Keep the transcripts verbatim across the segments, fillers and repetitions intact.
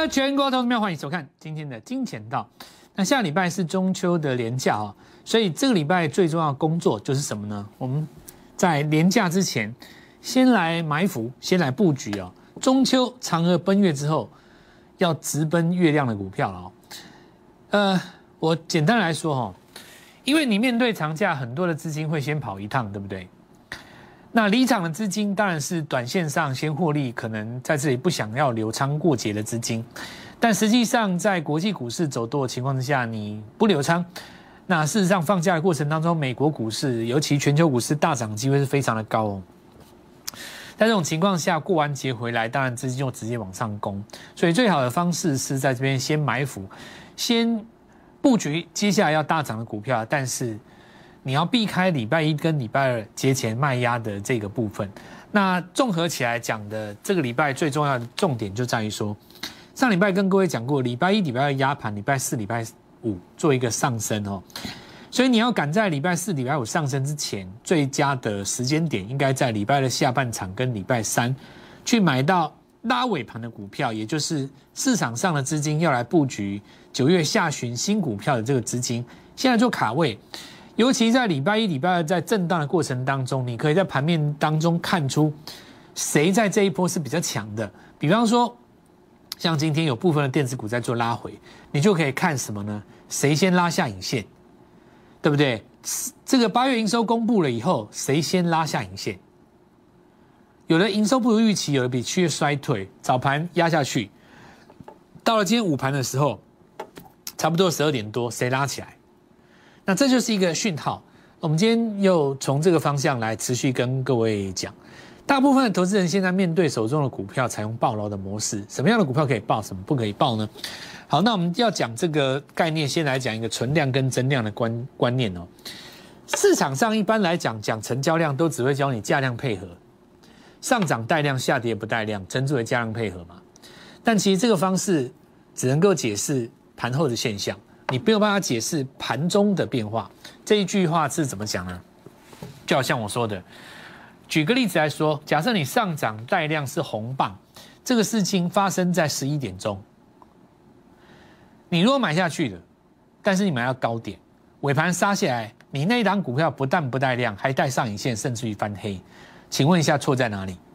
的全国投资喵，欢迎收看今天的金钱道。那下礼拜是中秋的连假哦，所以这个礼拜最重要的工作就是什么呢？我们在连假之前，先来埋伏，先来布局哦。中秋嫦娥奔月之后，要直奔月亮的股票了哦。呃，我简单来说哦，因为你面对长假，很多的资金会先跑一趟，对不对？那离场的资金当然是短线上先获利，可能在这里不想要留仓过节的资金，但实际上在国际股市走多的情况之下，你不留仓，那事实上放假的过程当中，美国股市尤其全球股市大涨机会是非常的高哦。在这种情况下，过完节回来，当然资金就直接往上攻，所以最好的方式是在这边先埋伏，先布局接下来要大涨的股票，但是你要避开礼拜一跟礼拜二节前卖压的这个部分。那综合起来讲的，这个礼拜最重要的重点就在于说，上礼拜跟各位讲过，礼拜一、礼拜二压盘，礼拜四、礼拜五做一个上升哦。所以你要赶在礼拜四、礼拜五上升之前，最佳的时间点应该在礼拜的下半场跟礼拜三，去买到拉尾盘的股票，也就是市场上的资金要来布局九月下旬新股票的这个资金，现在做卡位。尤其在礼拜一、礼拜二在震荡的过程当中，你可以在盘面当中看出谁在这一波是比较强的。比方说，像今天有部分的电子股在做拉回，你就可以看什么呢？谁先拉下影线，对不对？这个八月营收公布了以后，谁先拉下影线？有的营收不如预期，有的比七月衰退，早盘压下去，到了今天午盘的时候，差不多十二点多，谁拉起来？那这就是一个讯号。我们今天又从这个方向来持续跟各位讲，大部分的投资人现在面对手中的股票采用抱牢的模式，什么样的股票可以抱，什么不可以抱呢？好，那我们要讲这个概念，先来讲一个存量跟增量的观观念哦。市场上一般来讲，讲成交量都只会教你价量配合，上涨带量，下跌不带量，称之为价量配合嘛。但其实这个方式只能够解释盘后的现象。你没有办法解释盘中的变化。这一句话是怎么讲呢？就好像我说的，举个例子来说，假设你上涨带量是红棒，这个事情发生在十一点钟，你如果买下去了，但是你买到高点，尾盘杀下来，你那一档股票不但不带量，还带上影线，甚至于翻黑，请问一下错在哪里？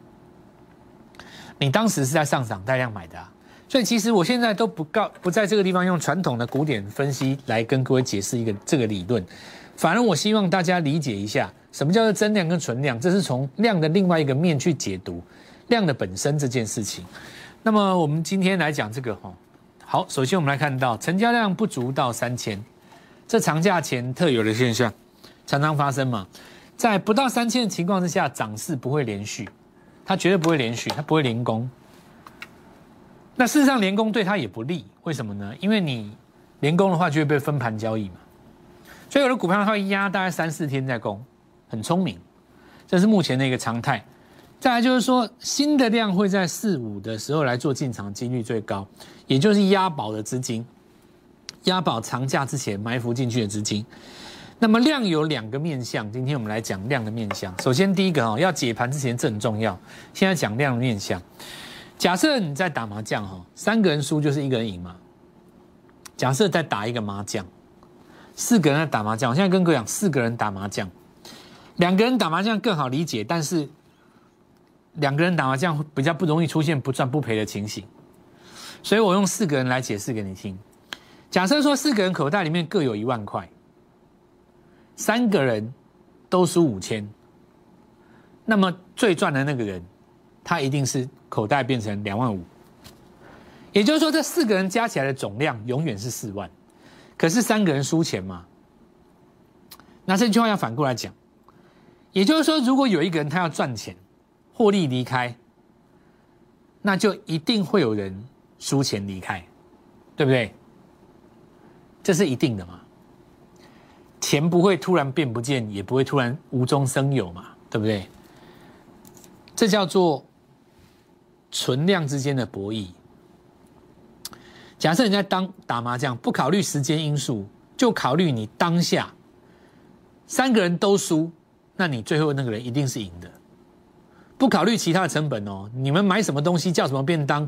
你当时是在上涨带量买的啊。所以其实我现在都不告不在这个地方用传统的古典分析来跟各位解释一个这个理论，反而我希望大家理解一下什么叫做增量跟存量，这是从量的另外一个面去解读量的本身这件事情。那么我们今天来讲这个哈，好，首先我们来看到成交量不足到三千，这长假前特有的现象，常常发生嘛，在不到三千的情况之下，涨势不会连续，它绝对不会连续，它不会连攻。那事实上，连攻对它也不利，为什么呢？因为你连攻的话，就会被分盘交易嘛。所以有的股票它会压大概三四天再攻，很聪明，这是目前的一个常态。再来就是说，新的量会在四五的时候来做进场，几率最高，也就是押宝的资金，押宝长假之前埋伏进去的资金。那么量有两个面向，今天我们来讲量的面向。首先第一个哦，要解盘之前这很重要，现在讲量的面向。假设你在打麻将哈，三个人输就是一个人赢嘛。假设再打一个麻将，四个人在打麻将，我现在跟各位讲，四个人打麻将，两个人打麻将更好理解，但是两个人打麻将比较不容易出现不赚不赔的情形，所以我用四个人来解释给你听。假设说四个人口袋里面各有一万块，三个人都输五千，那么最赚的那个人，他一定是口袋变成两万五，也就是说，这四个人加起来的总量永远是四万，可是三个人输钱嘛。那这句话要反过来讲，也就是说，如果有一个人他要赚钱，获利离开，那就一定会有人输钱离开，对不对？这是一定的嘛。钱不会突然变不见，也不会突然无中生有嘛，对不对？这叫做存量之间的博弈。假设你在当打麻将，不考虑时间因素，就考虑你当下三个人都输，那你最后那个人一定是赢的。不考虑其他的成本哦，你们买什么东西，叫什么便当，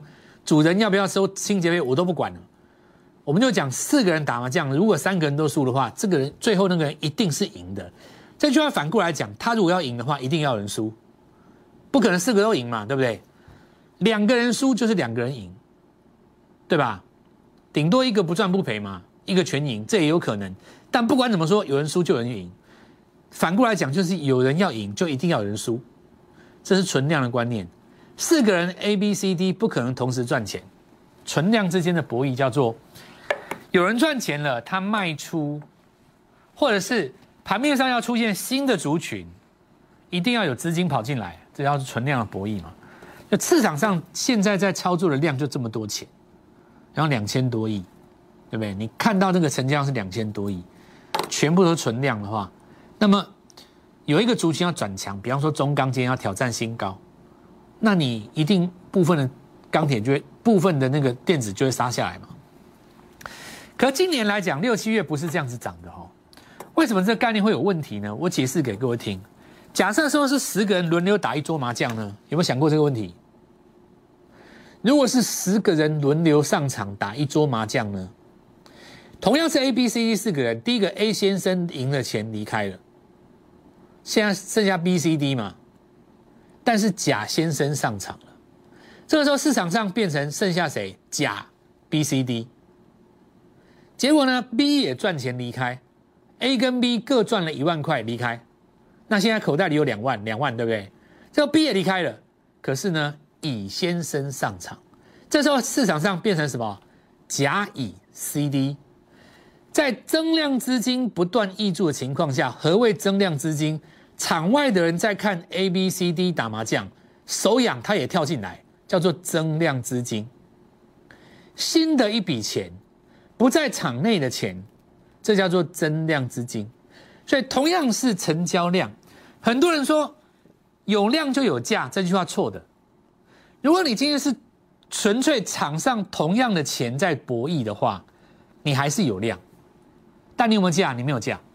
主人要不要收清洁费，我都不管了。我们就讲四个人打麻将，如果三个人都输的话，这个人最后那个人一定是赢的。这句话反过来讲，他如果要赢的话，一定要有人输，不可能四个都赢嘛，对不对？两个人输就是两个人赢，对吧？顶多一个不赚不赔嘛，一个全赢，这也有可能。但不管怎么说，有人输就有人赢。反过来讲，就是有人要赢，就一定要有人输，这是存量的观念。四个人 A、B、C、D 不可能同时赚钱，存量之间的博弈叫做有人赚钱了，他卖出，或者是盘面上要出现新的族群，一定要有资金跑进来，这叫存量的博弈嘛。就市场上现在在操作的量就这么多钱，然后两千多亿，对不对？你看到那个成交量是两千多亿，全部都是存量的话，那么有一个族群要转强，比方说中钢今天要挑战新高，那你一定部分的钢铁就会，部分的那个电子就会杀下来嘛。可今年来讲，六七月不是这样子涨的哦。为什么这个概念会有问题呢？我解释给各位听。假设说是十个人轮流打一桌麻将呢，有没有想过这个问题？如果是十个人轮流上场打一桌麻将呢，同样是 A、B、C、D 四个人，第一个 A 先生赢了钱离开了，现在剩下 B、C、D 嘛，但是甲先生上场了，这个时候市场上变成剩下谁？甲、B、C、D。结果呢 ，B 也赚钱离开 ，A 跟 B 各赚了一万块离开，那现在口袋里有两万，两万对不对？这个 B 也离开了，可是呢，乙先生上场，这时候市场上变成什么？甲、乙、C、D， 在增量资金不断挹注的情况下，何谓增量资金？场外的人在看 A、B、C、D 打麻将，手痒他也跳进来，叫做增量资金。新的一笔钱。不在场内的钱，这叫做增量资金。所以同样是成交量，很多人说有量就有价，这句话错的。如果你今天是纯粹场上同样的钱在博弈的话，你还是有量，但你有没有价？你没有价，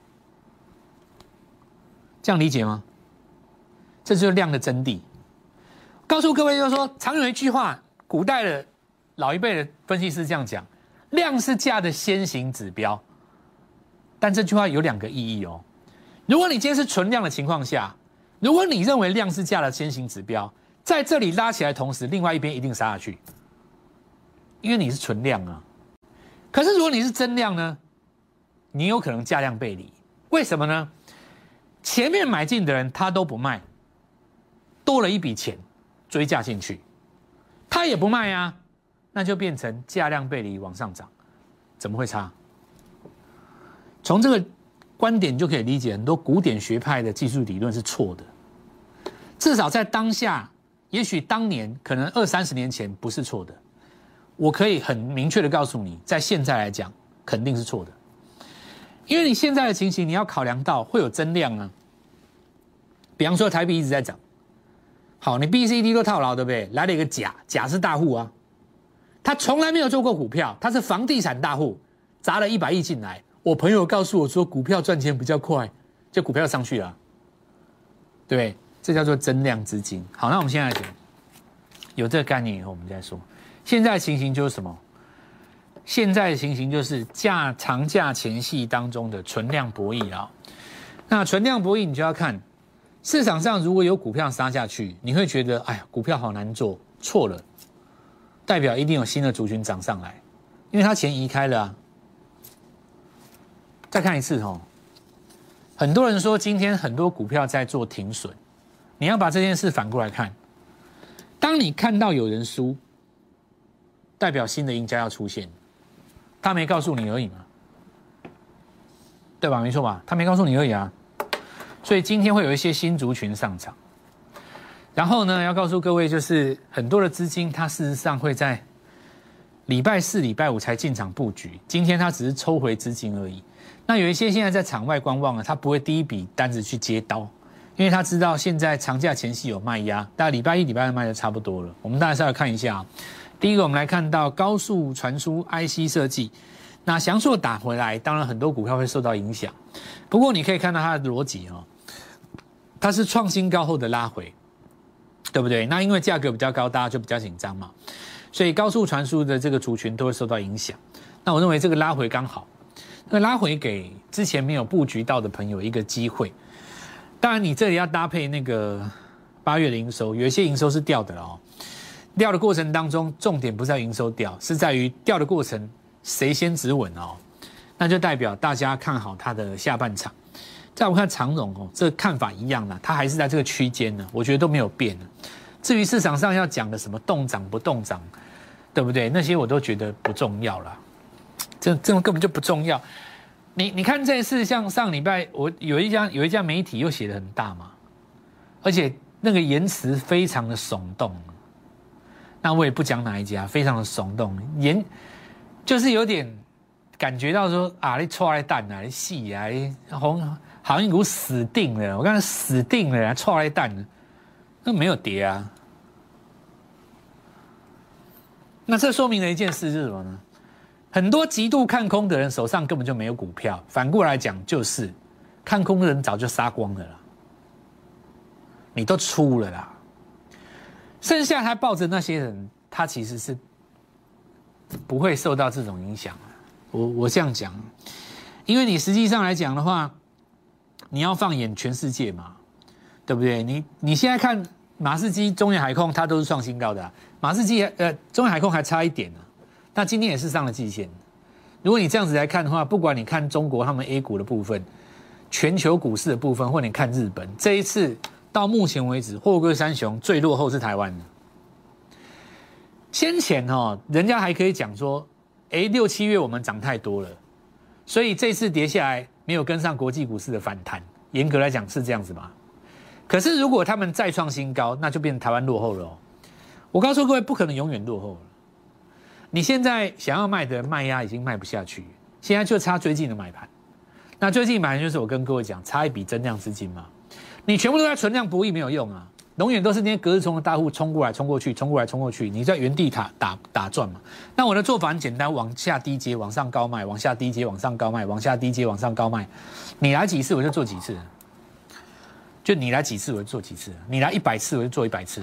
这样理解吗？这就是量的真谛。告诉各位，就是说，常有一句话，古代的老一辈的分析师这样讲。量是价的先行指标，但这句话有两个意义哦。如果你今天是纯量的情况下，如果你认为量是价的先行指标，在这里拉起来的同时，另外一边一定杀下去，因为你是纯量啊。可是如果你是增量呢，你有可能价量背离。为什么呢？前面买进的人他都不卖，多了一笔钱追价进去，他也不卖啊。那就变成价量背离往上涨，怎么会差？从这个观点就可以理解，很多古典学派的技术理论是错的。至少在当下，也许当年可能二三十年前不是错的。我可以很明确的告诉你，在现在来讲肯定是错的，因为你现在的情形，你要考量到会有增量啊。比方说台币一直在涨，好，你 B、C、D 都套牢，对不对？来了一个甲，甲是大户啊。他从来没有做过股票，他是房地产大户，砸了一百亿进来。我朋友告诉我说，股票赚钱比较快，就股票上去了，对不对？这叫做增量资金。好，那我们现在讲，有这个概念以后，我们再说。现在的情形就是什么？现在的情形就是价长假前夕当中的存量博弈啊。那存量博弈，你就要看市场上如果有股票杀下去，你会觉得，哎呀，股票好难做，错了。代表一定有新的族群涨上来，因为他钱移开了啊。再看一次哦，很多人说今天很多股票在做停损，你要把这件事反过来看。当你看到有人输，代表新的赢家要出现，他没告诉你而已嘛，对吧？没错吧？他没告诉你而已啊。所以今天会有一些新族群上场。然后呢，要告诉各位，就是很多的资金，它事实上会在礼拜四、礼拜五才进场布局。今天它只是抽回资金而已。那有一些现在在场外观望了，他不会第一笔单子去接刀，因为他知道现在长假前夕有卖压，大概礼拜一、礼拜二卖的差不多了。我们大概稍微看一下啊。第一个，我们来看到高速传输 I C 设计，那翔硕打回来，当然很多股票会受到影响。不过你可以看到它的逻辑哦，它是创新高后的拉回。对不对？那因为价格比较高，大家就比较紧张嘛。 所以高速传输的这个族群都会受到影响。那我认为这个拉回刚好，那拉回给之前没有布局到的朋友一个机会。当然，你这里要搭配那个八月的营收，有一些营收是掉的哦。掉的过程当中，重点不是在营收掉，是在于掉的过程谁先止稳哦。那就代表大家看好它的下半场。再我们看长荣哦，这个看法一样啦，它还是在这个区间呢，我觉得都没有变呢。至于市场上要讲的什么动涨不动涨，对不对？那些我都觉得不重要啦，这这种根本就不重要。你你看这一次，像上礼拜我有一家有一家媒体又写得很大嘛，而且那个言辞非常的耸动。那我也不讲哪一家，非常的耸动，言就是有点感觉到说啊，你错来蛋啊，你戏啊，你红航运股死定了，我刚才死定了，错来蛋了，那没有跌啊。那这说明了一件事是什么呢？很多极度看空的人手上根本就没有股票，反过来讲就是看空的人早就杀光了啦，你都出了啦。剩下他抱着那些人，他其实是不会受到这种影响。我我这样讲，因为你实际上来讲的话，你要放眼全世界嘛，对不对？你你现在看马士基、中远海控，它都是创新高的、啊。马士基呃，中远海控还差一点呢、啊，那今天也是上了季线。如果你这样子来看的话，不管你看中国他们 A 股的部分，全球股市的部分，或你看日本，这一次。到目前为止，货柜三雄最落后是台湾的。先前哦，人家还可以讲说，哎，六七月我们涨太多了，所以这次跌下来没有跟上国际股市的反弹。严格来讲是这样子嘛？可是如果他们再创新高，那就变成台湾落后了哦。我告诉各位，不可能永远落后了。你现在想要卖的卖压已经卖不下去，现在就差最近的买盘。那最近买盘就是我跟各位讲，差一笔增量资金嘛。你全部都在存量博弈没有用啊，永远都是那些隔日冲的大户冲过来、冲过去、冲过来、冲过去，你在原地打打打转嘛。那我的做法很简单，往下低接，往上高卖，往下低接，往上高卖，往下低接，往上高卖。你来几次我就做几次，就你来几次我就做几次，你来一百次我就做一百次。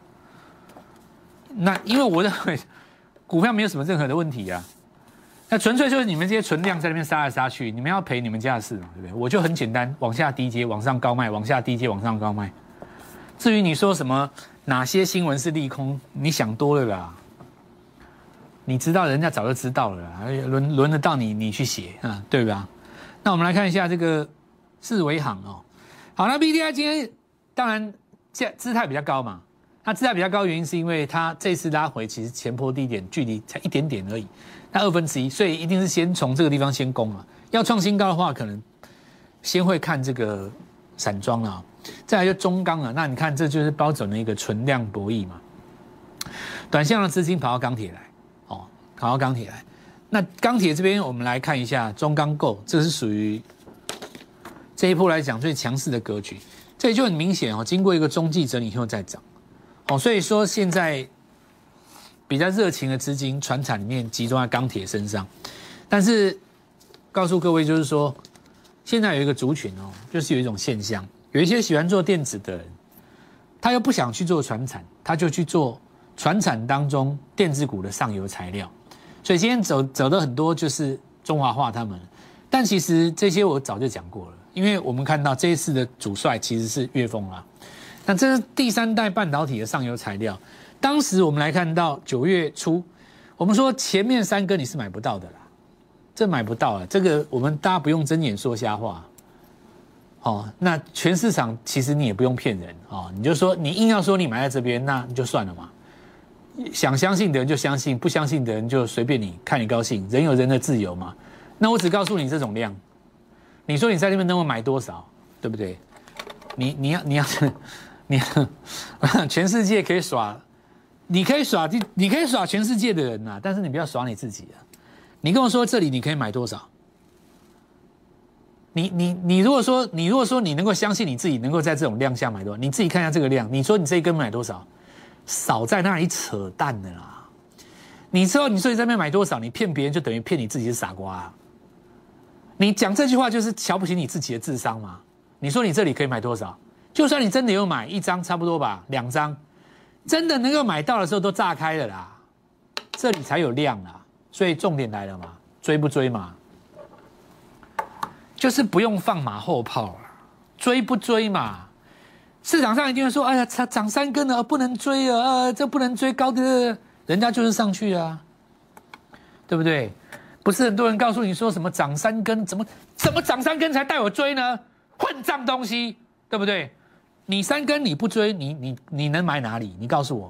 那因为我认为股票没有什么任何的问题啊。那纯粹就是你们这些存量在那边杀来杀去，你们要赔你们家的事嘛，对不对？我就很简单，往下低接，往上高卖，往下低接，往上高卖。至于你说什么哪些新闻是利空，你想多了啦。你知道人家早就知道了啦，轮轮得到你你去写啊，对吧？那我们来看一下这个世维航哦。好，那 B D I 今天当然价姿态比较高嘛。它姿态比较高的原因是因为它这次拉回，其实前波低点距离才一点点而已，那二分之一，所以一定是先从这个地方先攻嘛。要创新高的话，可能先会看这个散装啦，再来就中钢了。那你看，这就是包准了一个存量博弈嘛。短线的资金跑到钢铁来，哦，跑到钢铁来。那钢铁这边我们来看一下中钢构，这是属于这一波来讲最强势的格局。这里就很明显哦，经过一个中继整理以后再涨。哦，所以说现在比较热情的资金，传产里面集中在钢铁身上，但是告诉各位就是说，现在有一个族群哦，就是有一种现象，有一些喜欢做电子的人，他又不想去做传产，他就去做传产当中电子股的上游材料，所以今天走走的很多就是中华化他们，但其实这些我早就讲过了，因为我们看到这一次的主帅其实是岳峰啦。那这是第三代半导体的上游材料，当时我们来看到九月初，我们说前面三根你是买不到的啦，这买不到啊，这个我们大家不用睁眼说瞎话，哦，那全市场其实你也不用骗人哦，你就说你硬要说你买在这边，那就算了嘛，想相信的人就相信，不相信的人就随便你看你高兴，人有人的自由嘛。那我只告诉你这种量，你说你在那边能够买多少，对不对？你你要你要。你全世界可以耍，你可以耍，你可以耍全世界的人呐、啊，但是你不要耍你自己啊！你跟我说这里你可以买多少？你你你如果说你如果说你能够相信你自己能够在这种量下买多少，你自己看一下这个量，你说你这一根买多少？少在那里扯淡的啦！你说你说你在那边买多少？你骗别人就等于骗你自己是傻瓜啊！你讲这句话就是瞧不起你自己的智商嘛？你说你这里可以买多少？就算你真的有买一张，差不多吧，两张，真的能够买到的时候都炸开了啦。 这里才有量啊，所以重点来了嘛，追不追嘛？就是不用放马后炮啊，追不追嘛？市场上一定会说，哎呀，涨涨三根了，不能追啊，呃，这不能追高的，人家就是上去啊，对不对？不是很多人告诉你说什么涨三根，怎么怎么涨三根才带我追呢？混账东西，对不对？你三根你不追，你你你能买哪里？你告诉我。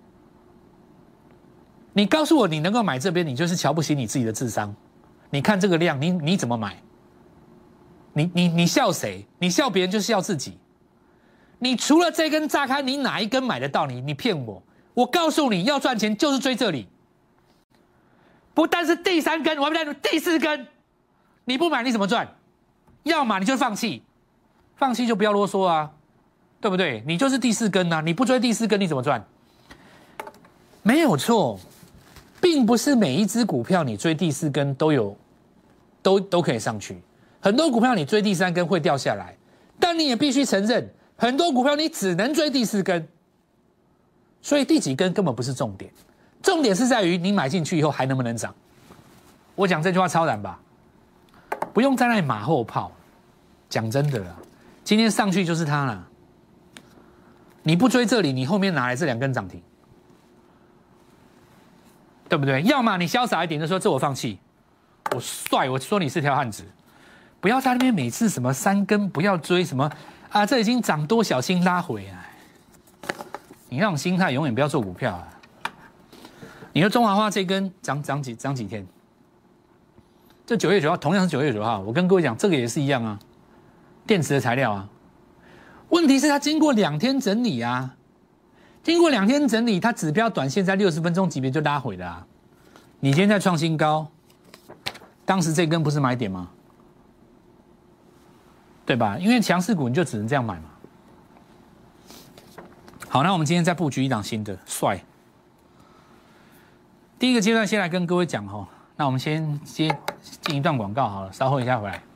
你告诉我，你能够买这边，你就是瞧不起你自己的智商。你看这个量，你你怎么买？你你你笑谁？你笑别人就是笑自己。你除了这根炸开，你哪一根买得到？你你骗我！我告诉你要赚钱就是追这里。不但是第三根，我还不第四根，你不买你怎么赚？要么你就放弃，放弃就不要啰嗦啊，对不对？你就是第四根啊，你不追第四根你怎么赚？没有错。并不是每一只股票你追第四根都有，都都可以上去。很多股票你追第三根会掉下来，但你也必须承认，很多股票你只能追第四根。所以第几根根本不是重点，重点是在于你买进去以后还能不能涨。我讲这句话超然吧，不用在那里马后炮。讲真的啦，今天上去就是它了。你不追这里，你后面哪来这两根涨停？对不对？要么你潇洒一点，就说这我放弃，我帅，我说你是条汉子，不要在那边每次什么三根不要追什么啊，这已经涨多小心拉回啊！你那种心态永远不要做股票啊！你说中华化这根涨涨几涨几天？这九月九号同样是九月九号，我跟各位讲，这个也是一样啊，电池的材料啊。问题是它经过两天整理啊。经过两天整理，它指标短线在六十分钟级别就拉回了啊！你今天在创新高，当时这根不是买点吗？对吧？因为强势股你就只能这样买嘛。好，那我们今天再布局一档新的，帅。第一个阶段先来跟各位讲哈，那我们先接进一段广告好了，稍后一下回来。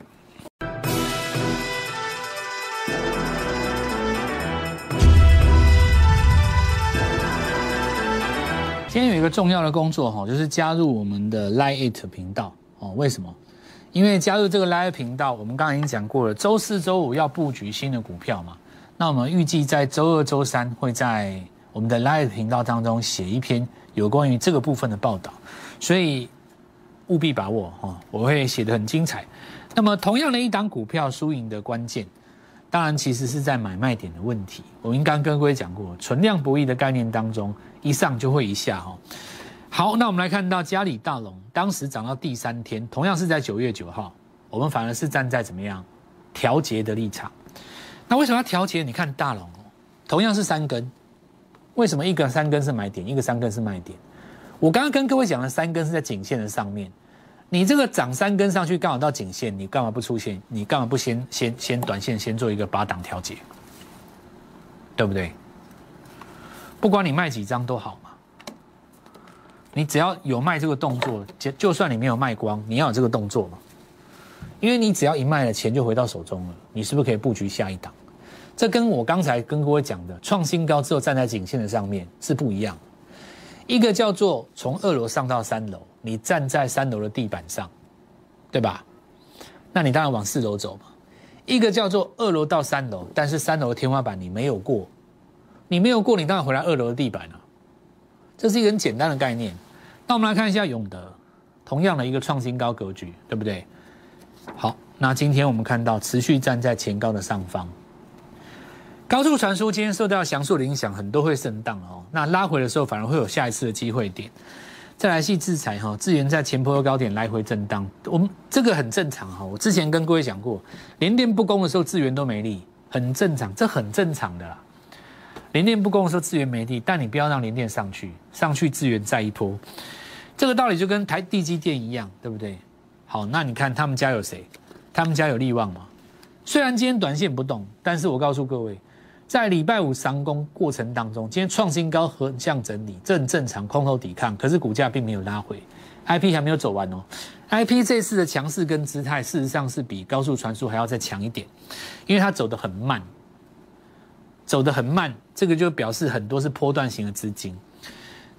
今天有一个重要的工作哈，就是加入我们的 Lite 频道哦。为什么？因为加入这个 Lite 频道，我们刚才已经讲过了，周四周五要布局新的股票嘛。那我们预计在周二、周三会在我们的 Lite 频道当中写一篇有关于这个部分的报道，所以务必把握哈，我会写得很精彩。那么同样的一档股票输赢的关键，当然其实是在买卖点的问题。我们刚跟各位讲过，存量博弈的概念当中，一上就会一下哈。好，那我们来看到嘉里大龙，当时涨到第三天，同样是在九月九号，我们反而是站在怎么样调节的立场。那为什么要调节？你看大龙哦，同样是三根，为什么一个三根是买点，一个三根是卖点？我刚刚跟各位讲的三根是在颈线的上面，你这个涨三根上去刚好到颈线，你干嘛不出现？你干嘛不先先先短线先做一个八档调节，对不对？不管你卖几张都好嘛，你只要有卖这个动作，就算你没有卖光，你要有这个动作嘛，因为你只要一卖了，钱就回到手中了，你是不是可以布局下一档？这跟我刚才跟各位讲的创新高之后站在颈线的上面是不一样的。一个叫做从二楼上到三楼，你站在三楼的地板上，对吧？那你当然往四楼走嘛。一个叫做二楼到三楼，但是三楼的天花板你没有过，你没有过，你当然回来二楼的地板啊。这是一个很简单的概念。那我们来看一下永德，同样的一个创新高格局，对不对？好，那今天我们看到持续站在前高的上方。高速传输今天受到详述的影响，很多会震荡哦。那拉回的时候，反而会有下一次的机会点。再来系制裁哈，智原在前波高点来回震荡，我们这个很正常哈。我之前跟各位讲过，联电不攻的时候，智原都没力，很正常，这很正常的啦。联电不攻的时候，智原没力，但你不要让联电上去，上去智原再一波，这个道理就跟台地基电一样，对不对？好，那你看他们家有谁？他们家有力旺嘛？虽然今天短线不动，但是我告诉各位。在礼拜五上攻过程当中，今天创新高横向整理，这很正常，空头抵抗，可是股价并没有拉回 ，I P 还没有走完哦 ，I P 这次的强势跟姿态，事实上是比高速传输还要再强一点，因为它走得很慢，走得很慢，这个就表示很多是波段型的资金，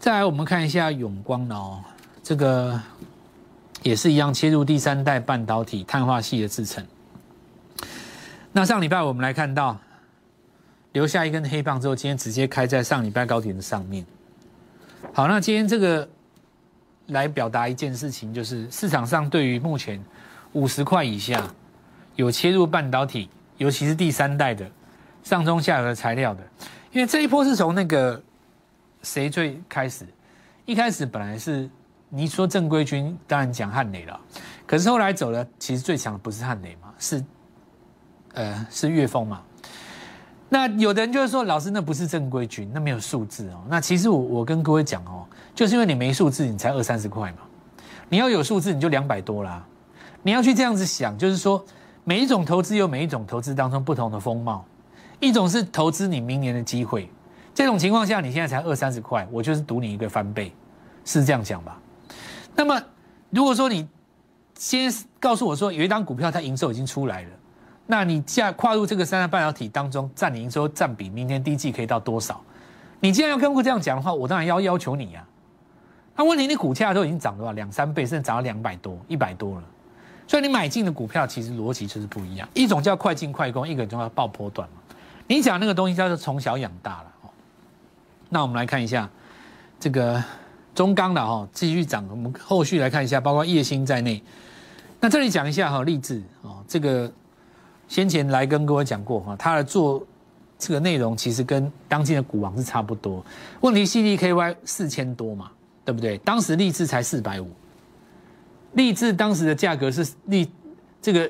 再来，我们看一下永光了哦，这个也是一样切入第三代半导体碳化系的制程。那上礼拜我们来看到留下一根黑棒之后，今天直接开在上礼拜高点的上面。好，那今天这个来表达一件事情，就是市场上对于目前五十块以下有切入半导体，尤其是第三代的上中下游的材料的，因为这一波是从那个。谁最开始？一开始本来是你说正规军，当然讲汉磊了，可是后来走了，其实最强的不是汉磊嘛，是呃是岳峰嘛。那有的人就是说，老师那不是正规军，那没有数字哦。那其实我我跟各位讲哦，就是因为你没数字，你才二三十块嘛。你要有数字，你就两百多啦。你要去这样子想，就是说每一种投资有每一种投资当中不同的风貌，一种是投资你明年的机会。这种情况下，你现在才二三十块，我就是赌你一个翻倍，是这样讲吧？那么，如果说你先告诉我说有一档股票它营收已经出来了，那你下跨入这个三大半导体当中，占你营收占比，明年第一季可以到多少？你既然要跟我这样讲的话，我当然要要求你呀、啊。那问题你股价都已经涨了两三倍，甚至涨到两百多、一百多了，所以你买进的股票其实逻辑就是不一样，一种叫快进快攻，一个叫爆波段嘛。你讲那个东西叫做从小养大了。那我们来看一下这个中钢的哈，继续涨。我们后续来看一下，包括燁兴在内。那这里讲一下哈，励志哦，这个先前来跟各位讲过哈，它的做这个内容其实跟当今的股王是差不多。问题 C D K Y 四千多嘛，对不对？当时励志才四百五，励志当时的价格是励这个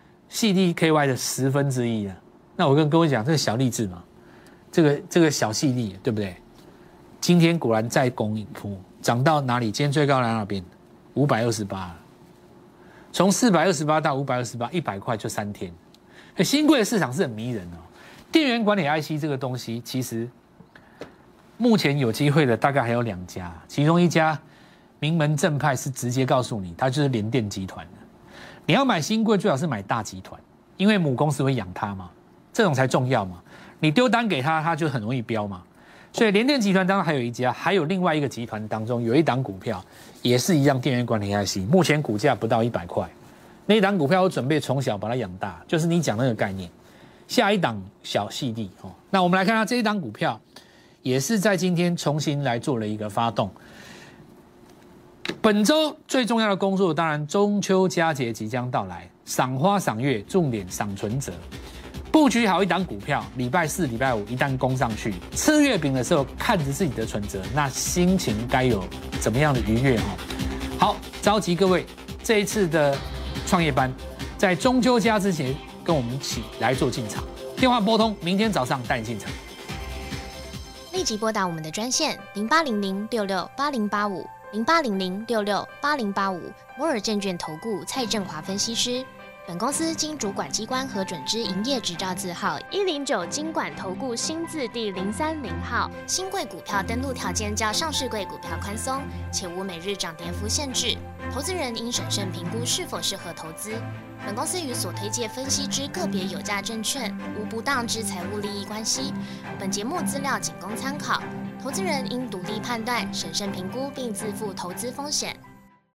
C D K Y 的十分之一啊。那我跟各位讲，这个小励志嘛，这个这个小细粒，对不对？今天果然再攻一波，涨到哪里？今天最高来哪边？五百二十八了。从四百二十八到五百二十八，一百块就三天。新贵的市场是很迷人哦。电源管理 I C 这个东西，其实目前有机会的大概还有两家，其中一家名门正派是直接告诉你，它就是联电集团的。你要买新贵，最好是买大集团，因为母公司会养它嘛，这种才重要嘛。你丢单给他，他就很容易标嘛。所以联电集团当中还有一家，还有另外一个集团当中有一档股票，也是一样电源管理 I C， 目前股价不到一百块。那一档股票我准备从小把它养大，就是你讲那个概念。下一档小细粒哦，那我们来看看这一档股票，也是在今天重新来做了一个发动。本周最重要的工作，当然中秋佳节即将到来，赏花赏月，重点赏存折。布局好一档股票，礼拜四、礼拜五一旦攻上去，吃月饼的时候看着自己的存折，那心情该有怎么样的愉悦哦？好，召集各位这一次的创业班，在中秋佳之前，跟我们一起来做进场。电话拨通，明天早上带你进场。 立即拨打我们的专线零八零零六六八零八五零八零零六六八零八五摩尔证券投顾蔡正华分析师。本公司经主管机关核准之营业执照字号一零九金管投顾新字第零三零号。新贵股票登录条件较上市贵股票宽松，且无每日涨跌幅限制。投资人应审慎评估是否适合投资。本公司与所推介分析之个别有价证券无不当之财务利益关系。本节目资料仅供参考，投资人应独立判断、审慎评估并自负投资风险。